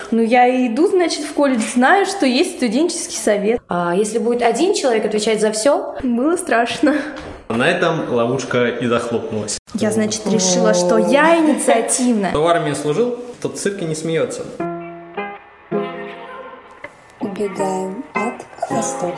Ну, я и иду, значит, в колледж, знаю, что есть студенческий совет. А если будет один человек отвечать за все? Было страшно. На этом ловушка и захлопнулась. Я, значит, решила, что я инициативна. Кто в армии служил, тот в цирке не смеется. Убегаем от хвостов.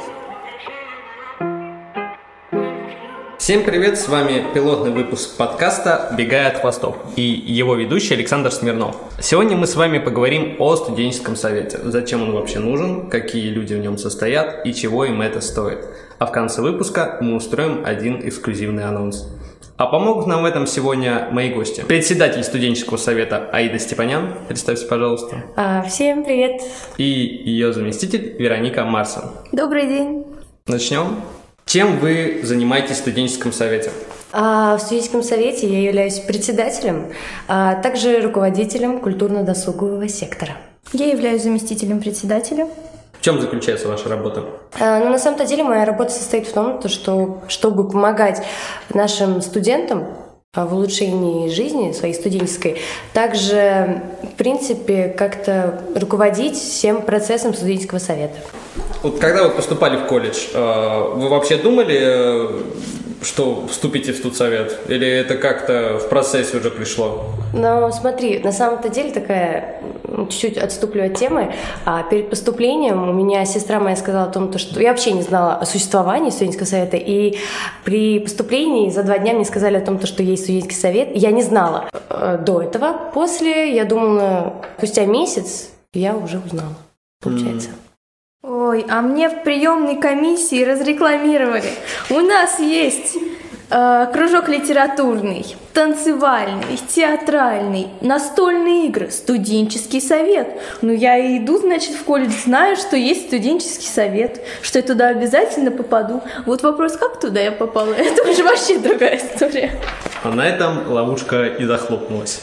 Всем привет, с вами пилотный выпуск подкаста «Бегая от хвостов» и его ведущий Александр Смирнов. Сегодня мы с вами поговорим о студенческом совете, зачем он вообще нужен, какие люди в нем состоят и чего им это стоит. А в конце выпуска мы устроим один эксклюзивный анонс. А помогут нам в этом сегодня мои гости. Председатель студенческого совета Аида Степанян, представься, пожалуйста. Всем привет. И ее заместитель Вероника Марсон. Добрый день. Начнем. Чем вы занимаетесь в студенческом совете? В студенческом совете я являюсь председателем, а также руководителем культурно-досугового сектора. Я являюсь заместителем председателя. В чем заключается ваша работа? На самом-то деле моя работа состоит в том, что чтобы помогать нашим студентам в улучшении жизни своей студенческой, также, в принципе, как-то руководить всем процессом студенческого совета. Вот когда вы поступали в колледж, вы вообще думали, что вступите в студсовет? Или это как-то в процессе уже пришло? Ну, смотри, на самом-то деле такая, чуть-чуть отступлю от темы. Перед поступлением у меня сестра моя сказала о том, что я вообще не знала о существовании студенческого совета. И при поступлении за 2 дня мне сказали о том, что есть студенческий совет. Я не знала до этого. После, я думала, спустя месяц я уже узнала, получается. Ой, а мне в приемной комиссии разрекламировали. У нас есть кружок литературный, танцевальный, театральный, настольные игры, студенческий совет. Ну, я и иду, значит, в колледж, знаю, что есть студенческий совет, что я туда обязательно попаду. Вот вопрос, как туда я попала, это уже вообще другая история. А на этом ловушка и захлопнулась.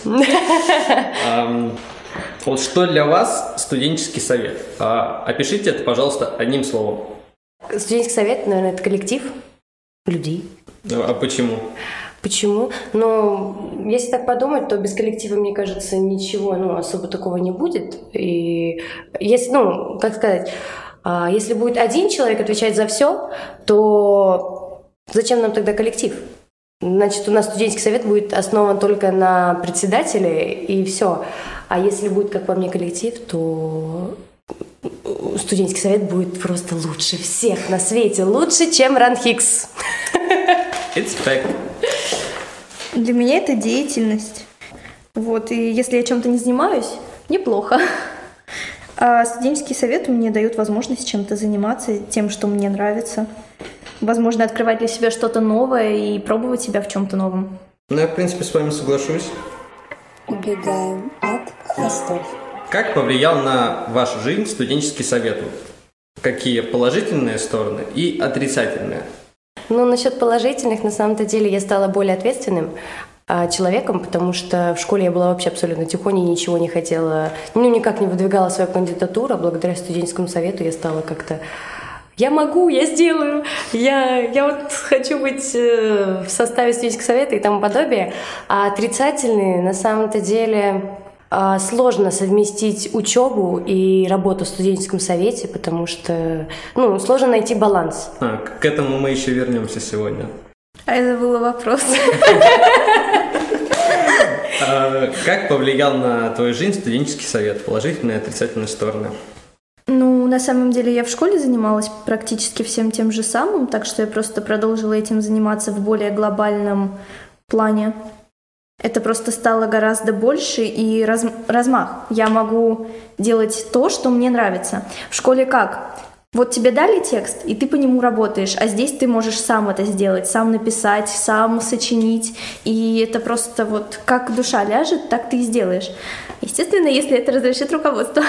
Вот что для вас студенческий совет? Опишите это, пожалуйста, одним словом. Студенческий совет, наверное, это коллектив людей. А почему? Почему? Ну, если так подумать, то без коллектива, мне кажется, ничего, особо такого не будет. И если, как сказать, если будет один человек отвечать за все, то зачем нам тогда коллектив? Значит, у нас студенческий совет будет основан только на председателе, и все. А если будет, как по мне, коллектив, то студенческий совет будет просто лучше всех на свете. Лучше, чем РАНХИКС. It's fact. Для меня это деятельность. Вот, и если я чем-то не занимаюсь, неплохо. А студенческий совет мне дает возможность чем-то заниматься, тем, что мне нравится. Возможно, открывать для себя что-то новое и пробовать себя в чем-то новом. Ну, я, в принципе, с вами соглашусь. Убегаем от хвостов. Как повлиял на вашу жизнь студенческий совет? Какие положительные стороны и отрицательные? Насчет положительных, на самом-то деле, я стала более ответственным человеком, потому что в школе я была вообще абсолютно тихоней, ничего не хотела, никак не выдвигала свою кандидатуру, а благодаря студенческому совету я стала как-то... Я могу, я сделаю, я вот хочу быть в составе студенческого совета и тому подобное. А отрицательные, на самом-то деле, сложно совместить учебу и работу в студенческом совете, потому что, сложно найти баланс. К этому мы еще вернемся сегодня. А это был вопрос. Как повлиял на твою жизнь студенческий совет? Положительные и отрицательные стороны? На самом деле я в школе занималась практически всем тем же самым, так что я просто продолжила этим заниматься в более глобальном плане. Это просто стало гораздо больше и размах. Я могу делать то, что мне нравится. В школе как? Вот тебе дали текст, и ты по нему работаешь, а здесь ты можешь сам это сделать, сам написать, сам сочинить, и это просто вот как душа ляжет, так ты и сделаешь. Естественно, если это разрешит руководство.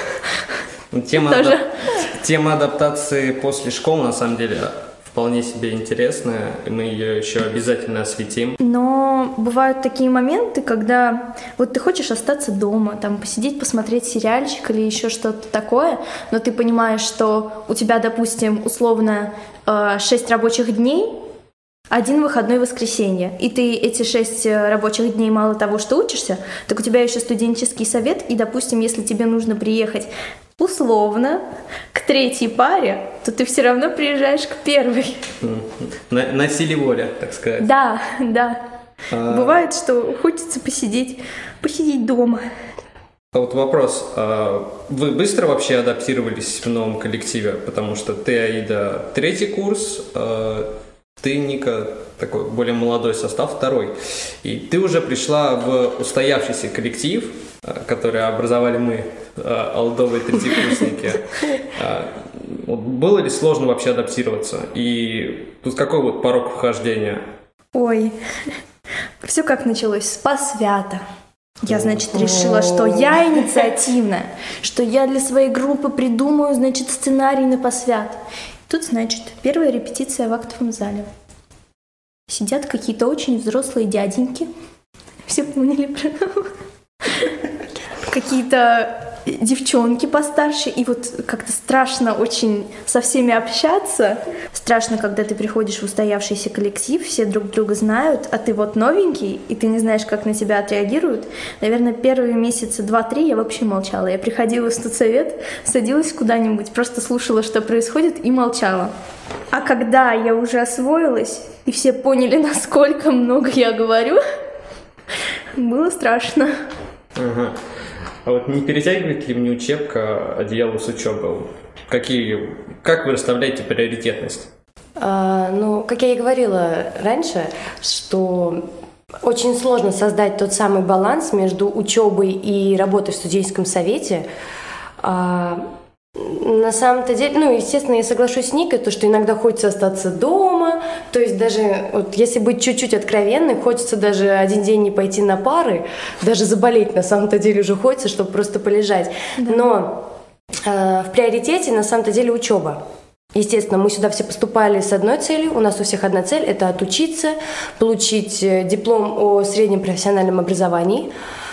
Тема адаптации после школы, на самом деле, вполне себе интересная, и мы ее еще обязательно осветим. Но бывают такие моменты, когда вот ты хочешь остаться дома, там посидеть, посмотреть сериальчик или еще что-то такое, но ты понимаешь, что у тебя, допустим, условно 6 рабочих дней, Один выходной воскресенье, и ты эти 6 рабочих дней мало того, что учишься, так у тебя еще студенческий совет, и, допустим, если тебе нужно приехать условно к 3-й паре, то ты все равно приезжаешь к 1-й. На силе воли, так сказать. Да. Бывает, что хочется посидеть дома. А вот вопрос. Вы быстро вообще адаптировались в новом коллективе? Потому что ты, Аида, 3-й курс, ты, Ника, такой более молодой состав, 2-й. И ты уже пришла в устоявшийся коллектив, который образовали мы, олдовые третьекурсники. Было ли сложно вообще адаптироваться? И тут какой вот порог вхождения? Ой, все как началось с посвята. Я, значит, решила, что я инициативная, что я для своей группы придумаю, значит, сценарий на посвят. Тут, значит, первая репетиция в актовом зале. Сидят какие-то очень взрослые дяденьки. Все поняли про какие-то девчонки постарше. И вот как-то страшно очень со всеми общаться. Страшно, когда ты приходишь в устоявшийся коллектив, все друг друга знают, а ты вот новенький, и ты не знаешь, как на тебя отреагируют. Наверное, первые месяца 2-3 я вообще молчала. Я приходила в студсовет, садилась куда-нибудь, просто слушала, что происходит, и молчала. А когда я уже освоилась, и все поняли, насколько много я говорю, было страшно. Ага. А вот не перетягивает ли мне учебка одеяло с учебой? Как вы расставляете приоритетность? Как я и говорила раньше, что очень сложно создать тот самый баланс между учебой и работой в студенческом совете. На самом-то деле, естественно, я соглашусь с Никой, то, что иногда хочется остаться дома, то есть даже, вот, если быть чуть-чуть откровенной, хочется даже один день не пойти на пары, даже заболеть на самом-то деле уже хочется, чтобы просто полежать. Да. Но в приоритете на самом-то деле учеба. Естественно, мы сюда все поступали с одной целью, у нас у всех одна цель – это отучиться, получить диплом о среднем профессиональном образовании,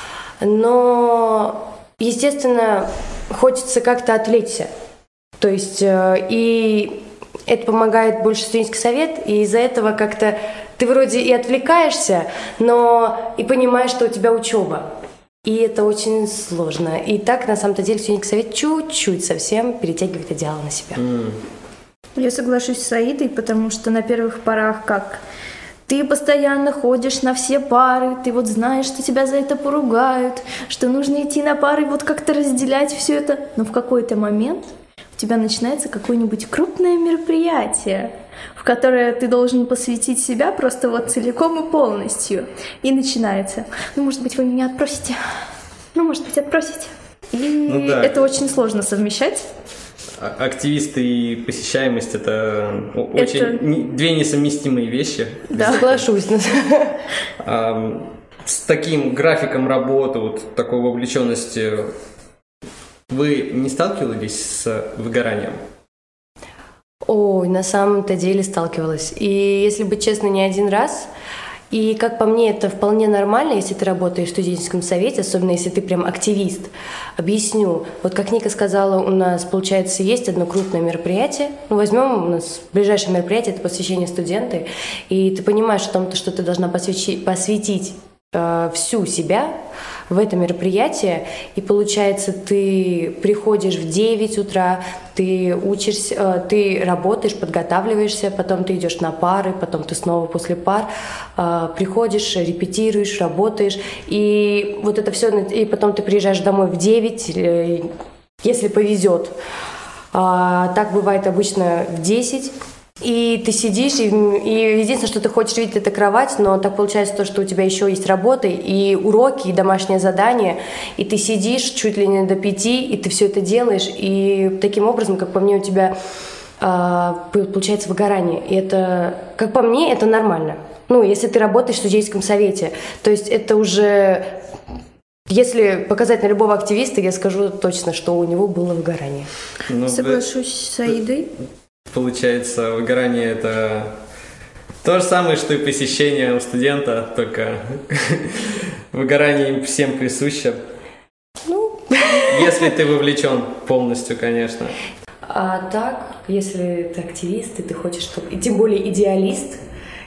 но, естественно, хочется как-то отвлечься. То есть, и это помогает больше студенческий совет, и из-за этого как-то ты вроде и отвлекаешься, но и понимаешь, что у тебя учеба. И это очень сложно. И так, на самом-то деле, студенческий совет чуть-чуть совсем перетягивает одеяло на себя. Я соглашусь с Аидой, потому что на первых порах как... Ты постоянно ходишь на все пары, ты вот знаешь, что тебя за это поругают, что нужно идти на пары, вот как-то разделять все это. Но в какой-то момент у тебя начинается какое-нибудь крупное мероприятие, в которое ты должен посвятить себя просто вот целиком и полностью. И начинается. Может быть, вы меня отпросите? Может быть, отпросите? И это очень сложно совмещать. Активисты и посещаемость – это очень две несовместимые вещи. Да, соглашусь. С таким графиком работы, вот такой вовлеченности, вы не сталкивались с выгоранием? Ой, на самом-то деле сталкивалась. И если быть честной, не один раз. И, как по мне, это вполне нормально, если ты работаешь в студенческом совете, особенно если ты прям активист. Объясню. Вот как Ника сказала, у нас, получается, есть одно крупное мероприятие. Возьмем у нас ближайшее мероприятие, это посвящение студенты. И ты понимаешь о том, что ты должна посвятить всю себя в это мероприятие, и получается, ты приходишь в 9 утра, ты учишься, ты работаешь, подготавливаешься, потом ты идешь на пары, потом ты снова после пар приходишь, репетируешь, работаешь, и вот это все, и потом ты приезжаешь домой в 9, если повезет. Так бывает обычно в 10. И ты сидишь, и единственное, что ты хочешь видеть, это кровать, но так получается то, что у тебя еще есть работа, и уроки, и домашнее задание, и ты сидишь чуть ли не до 5, и ты все это делаешь, и таким образом, как по мне, у тебя получается выгорание. И это, как по мне, это нормально. Если ты работаешь в студенческом совете, то есть это уже... Если показать на любого активиста, я скажу точно, что у него было выгорание. Соглашусь с Аидой. Получается, выгорание – это то же самое, что и посещение у студента, только выгорание им всем присуще. Если ты вовлечен полностью, конечно. А так, если ты активист, и ты хочешь, чтобы... И тем более идеалист,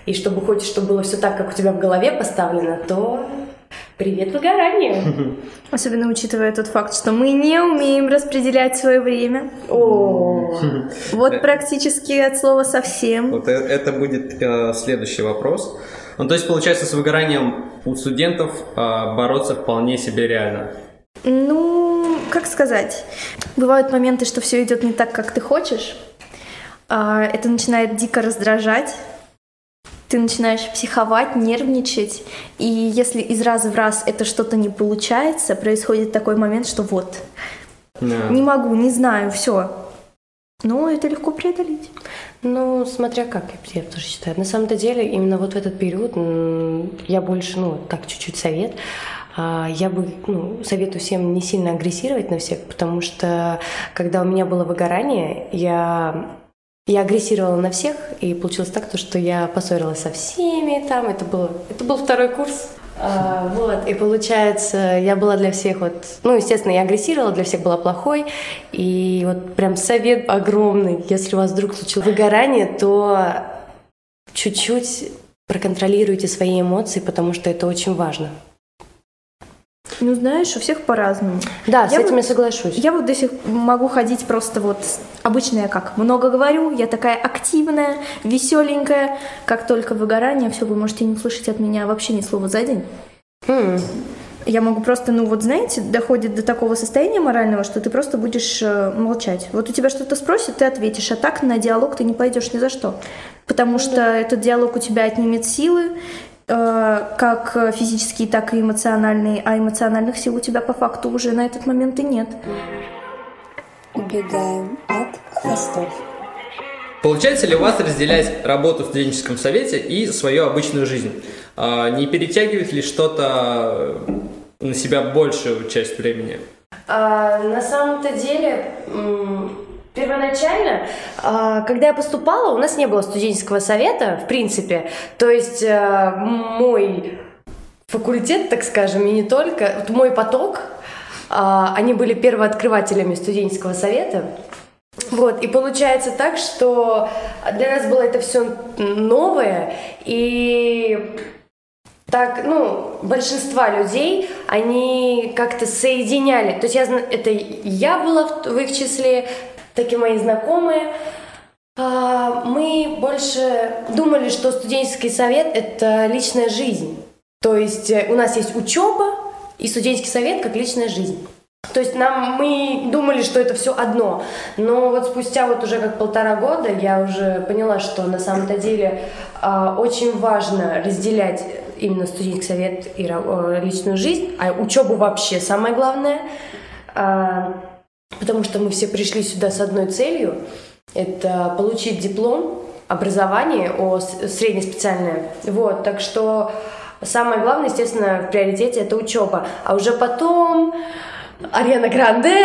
и чтобы хочешь, чтобы было все так, как у тебя в голове поставлено, то привет выгоранию. Особенно учитывая тот факт, что мы не умеем распределять свое время. Вот практически от слова совсем. Вот это будет следующий вопрос. Ну, то есть, получается, с выгоранием у студентов бороться вполне себе реально. Ну, как сказать, бывают моменты, что все идет не так, как ты хочешь. Это начинает дико раздражать. Ты начинаешь психовать, нервничать. И если из раза в раз это что-то не получается, происходит такой момент, что вот, не могу, не знаю, все. Но это легко преодолеть. Ну, смотря как, я тоже считаю. На самом-то деле, именно вот в этот период я больше, так, чуть-чуть совет. Я бы советую всем не сильно агрессировать на всех, потому что, когда у меня было выгорание, я агрессировала на всех, и получилось так, что я поссорилась со всеми там. Это был второй курс. И получается, я была для всех естественно, я агрессировала, для всех была плохой. И вот прям совет огромный, если у вас вдруг случилось выгорание, то чуть-чуть проконтролируйте свои эмоции, потому что это очень важно. Ну, знаешь, у всех по-разному. Да, с этим я соглашусь. Я до сих могу ходить просто обычно я много говорю, я такая активная, веселенькая. Как только выгорание, все, вы можете не услышать от меня вообще ни слова за день. Я могу просто, знаете, доходит до такого состояния морального, что ты просто будешь молчать. Вот у тебя что-то спросят, ты ответишь, а так на диалог ты не пойдешь ни за что. Потому что этот диалог у тебя отнимет силы, как физические, так и эмоциональные, а эмоциональных сил у тебя по факту уже на этот момент и нет. Убегаем от хвостов. Получается ли у вас разделять работу в студенческом совете и свою обычную жизнь? Не перетягивает ли что-то на себя большую часть времени? На самом-то деле, первоначально, когда я поступала, у нас не было студенческого совета, в принципе. То есть мой факультет, так скажем, и не только, мой поток, они были первооткрывателями студенческого совета. И получается так, что для нас было это все новое, и так, большинство людей, они как-то соединяли. То есть я была в их числе, так и мои знакомые. Мы больше думали, что студенческий совет – это личная жизнь. То есть у нас есть учеба и студенческий совет как личная жизнь. То есть мы думали, что это все одно. Но спустя уже как 1,5 года я уже поняла, что на самом-то деле очень важно разделять именно студенческий совет и личную жизнь, а учебу вообще самое главное. Потому что мы все пришли сюда с одной целью – это получить диплом, образование среднеспециальное. Так что самое главное, естественно, в приоритете – это учеба. А уже потом Ариана Гранде,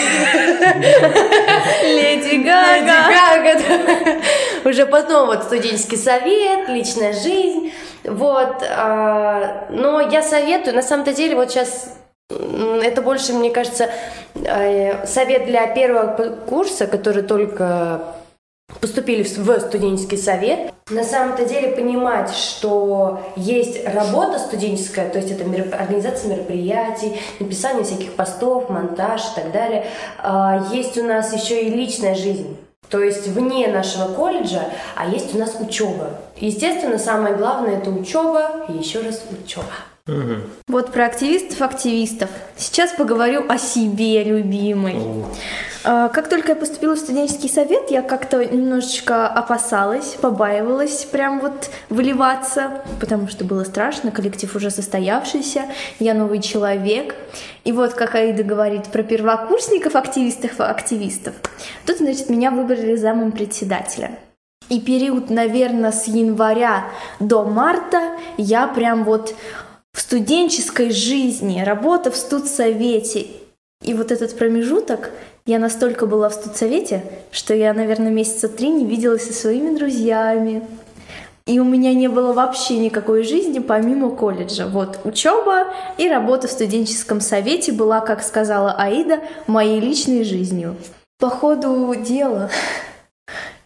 Леди Гага. Уже потом студенческий совет, личная жизнь. Но я советую, на самом-то деле, сейчас это больше, мне кажется, совет для первого курса, которые только поступили в студенческий совет. На самом-то деле понимать, что есть работа студенческая, то есть это организация мероприятий, написание всяких постов, монтаж и так далее. Есть у нас еще и личная жизнь. То есть вне нашего колледжа, а есть у нас учеба. Естественно, самое главное – это учеба и еще раз учеба. Про активистов. Сейчас поговорю о себе, любимой. Как только я поступила в студенческий совет, я как-то немножечко опасалась, побаивалась прям выливаться, потому что было страшно, коллектив уже состоявшийся, я новый человек. И как Аида говорит про первокурсников, активистов, тут, меня выбрали замом председателя. И период, наверное, с января до марта я прям в студенческой жизни, работа в студсовете. И этот промежуток, я настолько была в студсовете, что я, наверное, 3 месяца не виделась со своими друзьями. И у меня не было вообще никакой жизни помимо колледжа. Учеба и работа в студенческом совете была, как сказала Аида, моей личной жизнью. По ходу дела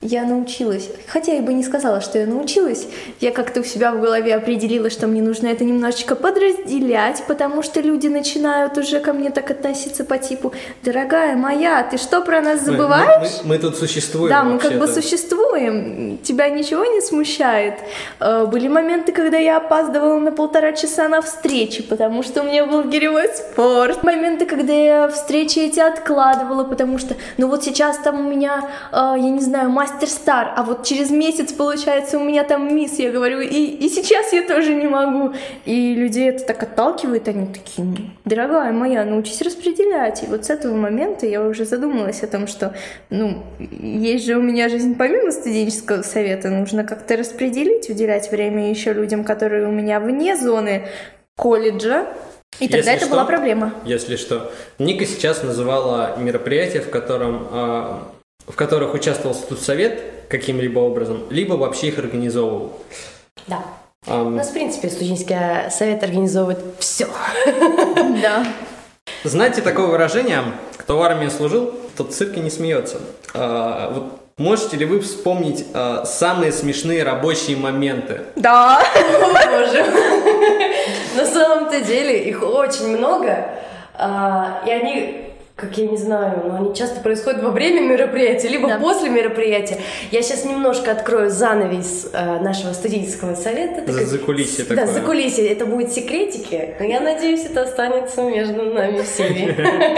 Я научилась, хотя я бы не сказала, что я научилась, я как-то у себя в голове определила, что мне нужно это немножечко подразделять, потому что люди начинают уже ко мне так относиться по типу: «Дорогая моя, ты что, про нас забываешь?» Мы тут существуем. Да, мы как бы существуем, тебя ничего не смущает. Были моменты, когда я опаздывала на 1,5 часа на встречи, потому что у меня был гиревой спорт. Моменты, когда я встречи эти откладывала, потому что, ну вот сейчас там у меня, я не знаю, мастер стар, а вот через месяц, получается, у меня там мисс, я говорю, и сейчас я тоже не могу. И людей это так отталкивает, они такие: «Дорогая моя, научись распределять». И вот с этого момента я уже задумалась о том, что, ну, есть же у меня жизнь помимо студенческого совета, нужно как-то распределить, уделять время еще людям, которые у меня вне зоны колледжа. И тогда это была проблема. Если что. Ника сейчас называла мероприятия, в которых участвовал студсовет каким-либо образом, либо вообще их организовывал. Да. У нас, в принципе, студенческий совет организовывает все. Да. Знаете такое выражение: кто в армии служил, тот в цирке не смеется. Вот можете ли вы вспомнить самые смешные рабочие моменты? Да. Боже. На самом-то деле их очень много, и они, как я не знаю, но они часто происходят во время мероприятия, либо после мероприятия. Я сейчас немножко открою занавес нашего студенческого совета. Закулисье такое. Да, закулисье. Это будут секретики, но я надеюсь, это останется между нами всеми.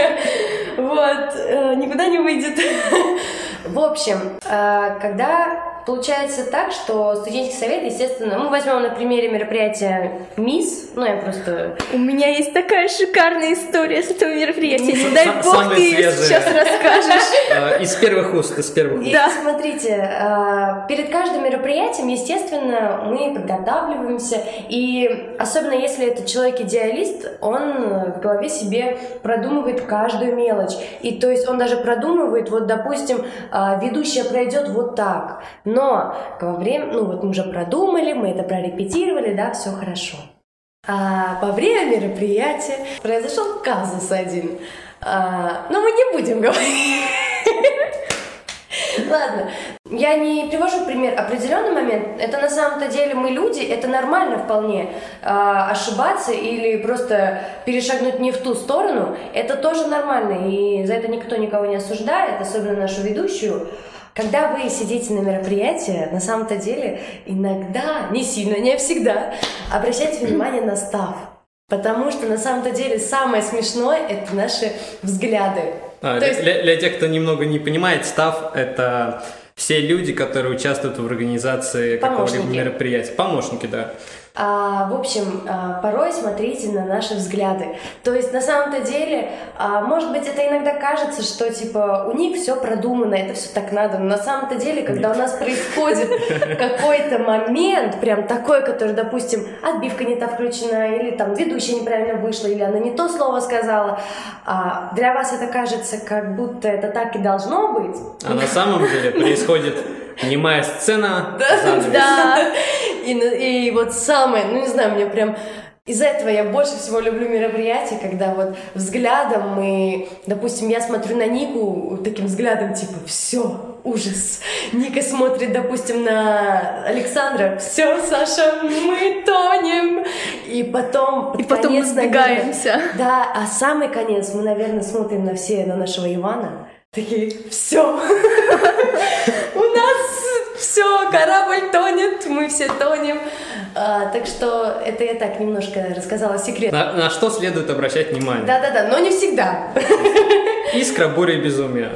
Вот, никуда не выйдет. В общем, когда получается так, что студенческий совет, естественно, мы возьмем на примере мероприятия МИС, ну я просто... У меня есть такая шикарная история с этого мероприятия. Не дай бог ты ее свежие. сейчас расскажешь. Из первых уст. И смотрите, перед каждым мероприятием, естественно, мы подготавливаемся, и особенно если это человек-идеалист, он в голове себе продумывает каждую мелочь. И то есть он даже продумывает, вот, допустим, ведущая пройдет вот так, но во время, ну вот мы уже продумали, мы это прорепетировали, да, все хорошо. А во время мероприятия произошел казус один. Но мы не будем говорить. Ладно, я не привожу пример определенный момент. Это на самом-то деле мы люди, это нормально вполне ошибаться или просто перешагнуть не в ту сторону. Это тоже нормально, и за это никто никого не осуждает, особенно нашу ведущую. Когда вы сидите на мероприятии, на самом-то деле иногда, не сильно, не всегда, обращайте внимание на став. Потому что на самом-то деле самое смешное — это наши взгляды. Для тех, кто немного не понимает, став — это все люди, которые участвуют в организации какого-либо мероприятия. Помощники, да. В общем, порой смотрите на наши взгляды. То есть, на самом-то деле, может быть, это иногда кажется, что, типа, у них все продумано, это все так надо. Но на самом-то деле, когда у нас происходит какой-то момент, прям такой, который, допустим, отбивка не та включена, или там ведущая неправильно вышла, или она не то слово сказала, для вас это кажется, как будто это так и должно быть. А на самом деле происходит немая сцена. Да. И вот самое, ну не знаю, мне прям из-за этого я больше всего люблю мероприятия, когда вот взглядом мы, допустим, я смотрю на Нику таким взглядом, типа, все, ужас. Ника смотрит, допустим, на Александра, все, Саша, мы тонем. И потом мы сбегаемся. Да, а самый конец мы, наверное, смотрим на нашего Ивана. Такие, все, у нас все, корабль тонет, мы все тонем. Так что это я так немножко рассказала секрет. На что следует обращать внимание? Да-да-да, но не всегда. Искра, буря и безумие.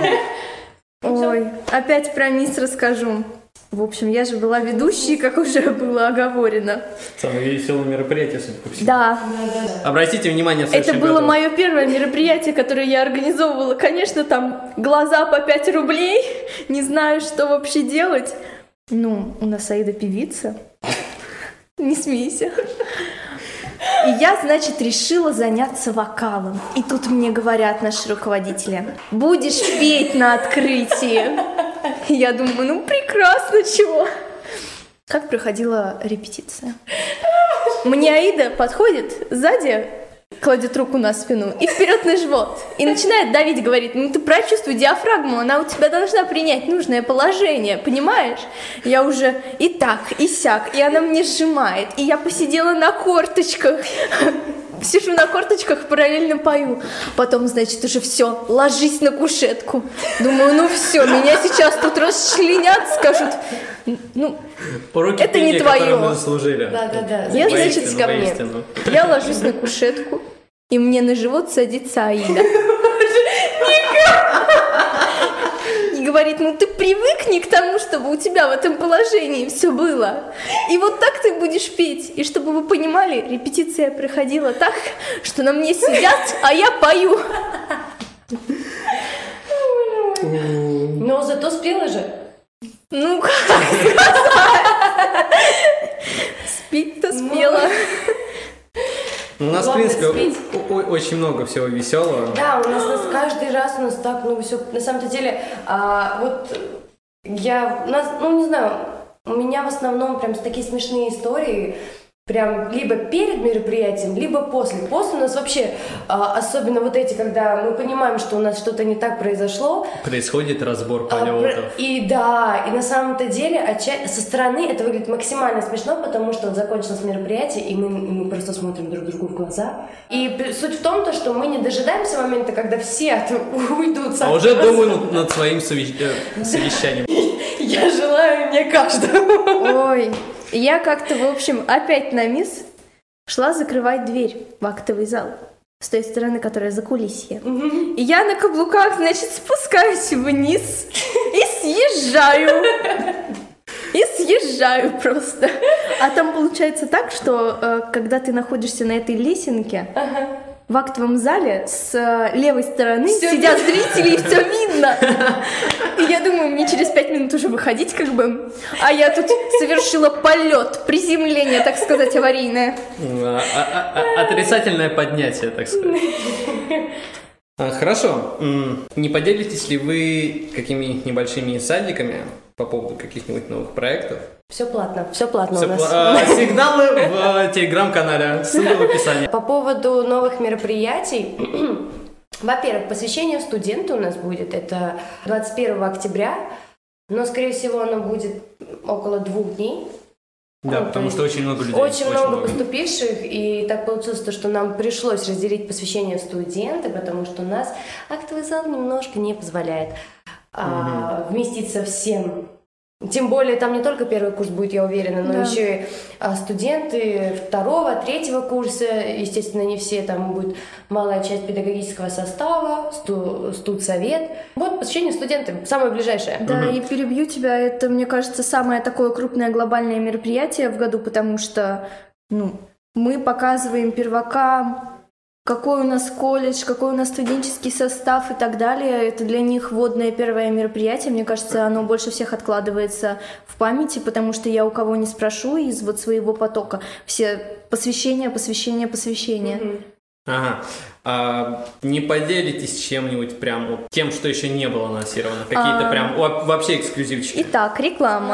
Ой, опять про МИС расскажу. В общем, я же была ведущей, как уже было оговорено. Самое веселое мероприятие, судя по всему. Да. Обратите внимание, в следующем Это было году. мое первое мероприятие, которое я организовывала. Конечно, там глаза по 5 рублей. Не знаю, что вообще делать. Ну, у нас Аида певица. Не смейся. И я, значит, решила заняться вокалом. И тут мне говорят наши руководители: будешь петь на открытии. И я думаю, ну прекрасно, чего? Как проходила репетиция? Мне Аида подходит сзади кладет руку на спину и вперед на живот. И начинает давить, говорит, ну ты прочувствуй диафрагму, она у тебя должна принять нужное положение, понимаешь? Я уже и так, и сяк, и она мне сжимает. И я посидела на корточках. Сижу на корточках, параллельно пою. Потом, значит, уже все, ложись на кушетку. Думаю, ну все, меня сейчас тут расчленят, скажут, ну, Уроки это не пения, твое. которые мы заслужили. Да. Я, значит, Воистину, ко мне. воистину. Я ложусь на кушетку, и мне на живот садится Аида. И говорит, ну ты привыкни к тому, чтобы у тебя в этом положении все было. И вот так ты будешь петь. И чтобы вы понимали, репетиция проходила так, что на мне сидят, а я пою. Но зато спела же. Ну как сказать? Спеть-то спела. У нас, в Главное, принципе, спеть. очень много всего веселого. Да, у нас каждый раз у нас так, ну, все, на самом деле, вот я, у нас, ну, не знаю, у меня в основном прям такие смешные истории, прям либо перед мероприятием, либо после. После у нас вообще, особенно вот эти, когда мы понимаем, что у нас что-то не так произошло. Происходит разбор полетов. И да, и на самом-то деле со стороны это выглядит максимально смешно, потому что вот закончилось мероприятие, и мы просто смотрим друг другу в глаза. И суть в том, что мы не дожидаемся момента, когда все уйдут. А уже думаю над своим совещанием. Я желаю мне каждого. Ой, я как-то, в общем, опять на мисс шла закрывать дверь в актовый зал с той стороны, которая за кулисье. И я на каблуках, значит, спускаюсь вниз и съезжаю. И съезжаю просто. А там получается так, что когда ты находишься на этой лесенке, в актовом зале с левой стороны Всё сидят зрители, и все видно. И я думаю, мне через 5 минут уже выходить как бы. А я тут совершила полет, приземление, так сказать, аварийное. Отрицательное поднятие, так сказать. Хорошо. Не поделитесь ли вы какими-нибудь небольшими инсайдиками по поводу каких-нибудь новых проектов? Все платно у нас. Сигналы в телеграм-канале, ссылка в описании. По поводу новых мероприятий, во-первых, посвящение студенту у нас будет, это 21 октября, но, скорее всего, оно будет около 2 дней. Да, Ну, потому то что есть очень много людей. Очень много поступивших, и так получилось, что нам пришлось разделить посвящение студента, потому что у нас актовый зал немножко не позволяет вместиться всем. Тем более там не только первый курс будет, я уверена, но Да. еще и студенты 2-го, 3-го курса, естественно, не все, там будет малая часть педагогического состава, студсовет. Вот посвящение студентам, самое ближайшее. Да, и перебью тебя, это, мне кажется, самое такое крупное глобальное мероприятие в году, потому что, мы показываем первакам, какой у нас колледж, какой у нас студенческий состав и так далее. Это для них вводное первое мероприятие. Мне кажется, оно больше всех откладывается в памяти, потому что я у кого не спрошу из вот своего потока. Все посвящение. Ага. Не поделитесь чем-нибудь прям вот тем, что еще не было анонсировано? Какие-то прям вообще эксклюзивчики? Итак, реклама.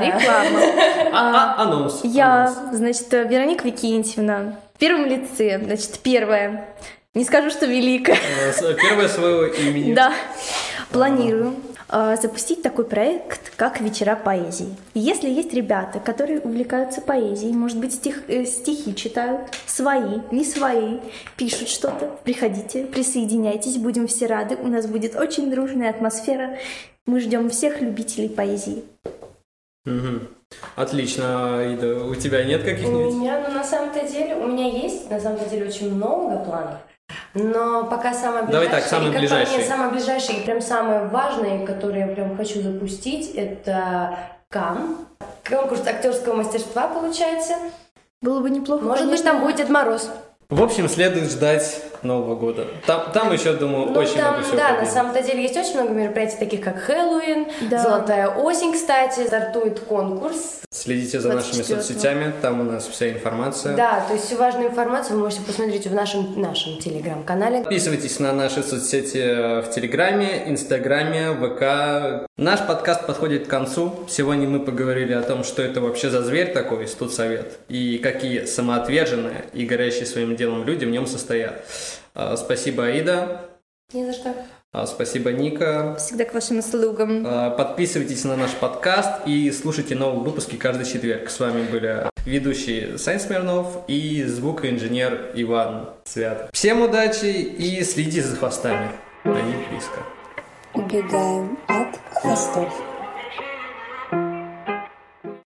Анонс. Я, значит, Вероника Викентьевна, в первом лице, значит, первая. Не скажу, что великая. Первое своего имени. Да. Планирую запустить такой проект, как «Вечера поэзии». Если есть ребята, которые увлекаются поэзией, может быть, стихи читают, свои, не свои, пишут что-то, приходите, присоединяйтесь, будем все рады, у нас будет очень дружная атмосфера, мы ждем всех любителей поэзии. Отлично, Ида. У тебя нет У каких-нибудь? меня, на самом-то деле, у меня есть, на самом-то деле, очень много планов. Но пока самое ближайшее, Давай так, самое и как по ближайшее. мне, самое ближайшее и прям самое важное, которое я прям хочу запустить, это конкурс актерского мастерства, получается. Было бы неплохо, Может быть, там будет Дед Мороз. В общем, следует ждать Нового года. Там еще, думаю, Ну, очень там, много всего. да, на победит. самом-то деле есть очень много мероприятий, таких как Хэллоуин, Да. Золотая осень, кстати, стартует конкурс. Следите за нашими 24-го. соцсетями, там у нас вся информация. Да, то есть всю важную информацию вы можете посмотреть в нашем телеграм-канале. Подписывайтесь на наши соцсети в Телеграме, Инстаграме, ВК. Наш подкаст подходит к концу. Сегодня мы поговорили о том, что это вообще за зверь такой, студсовет, и какие самоотверженные и горящие своим делом люди в нем состоят. Спасибо, Аида. Не за что. Спасибо, Ника. Всегда к вашим услугам. Подписывайтесь на наш подкаст и слушайте новые выпуски каждый четверг. С вами были ведущий Сань Смирнов и звукоинженер Иван Свят. Всем удачи и следите за хвостами. Они близко. Убегаем от хвостов.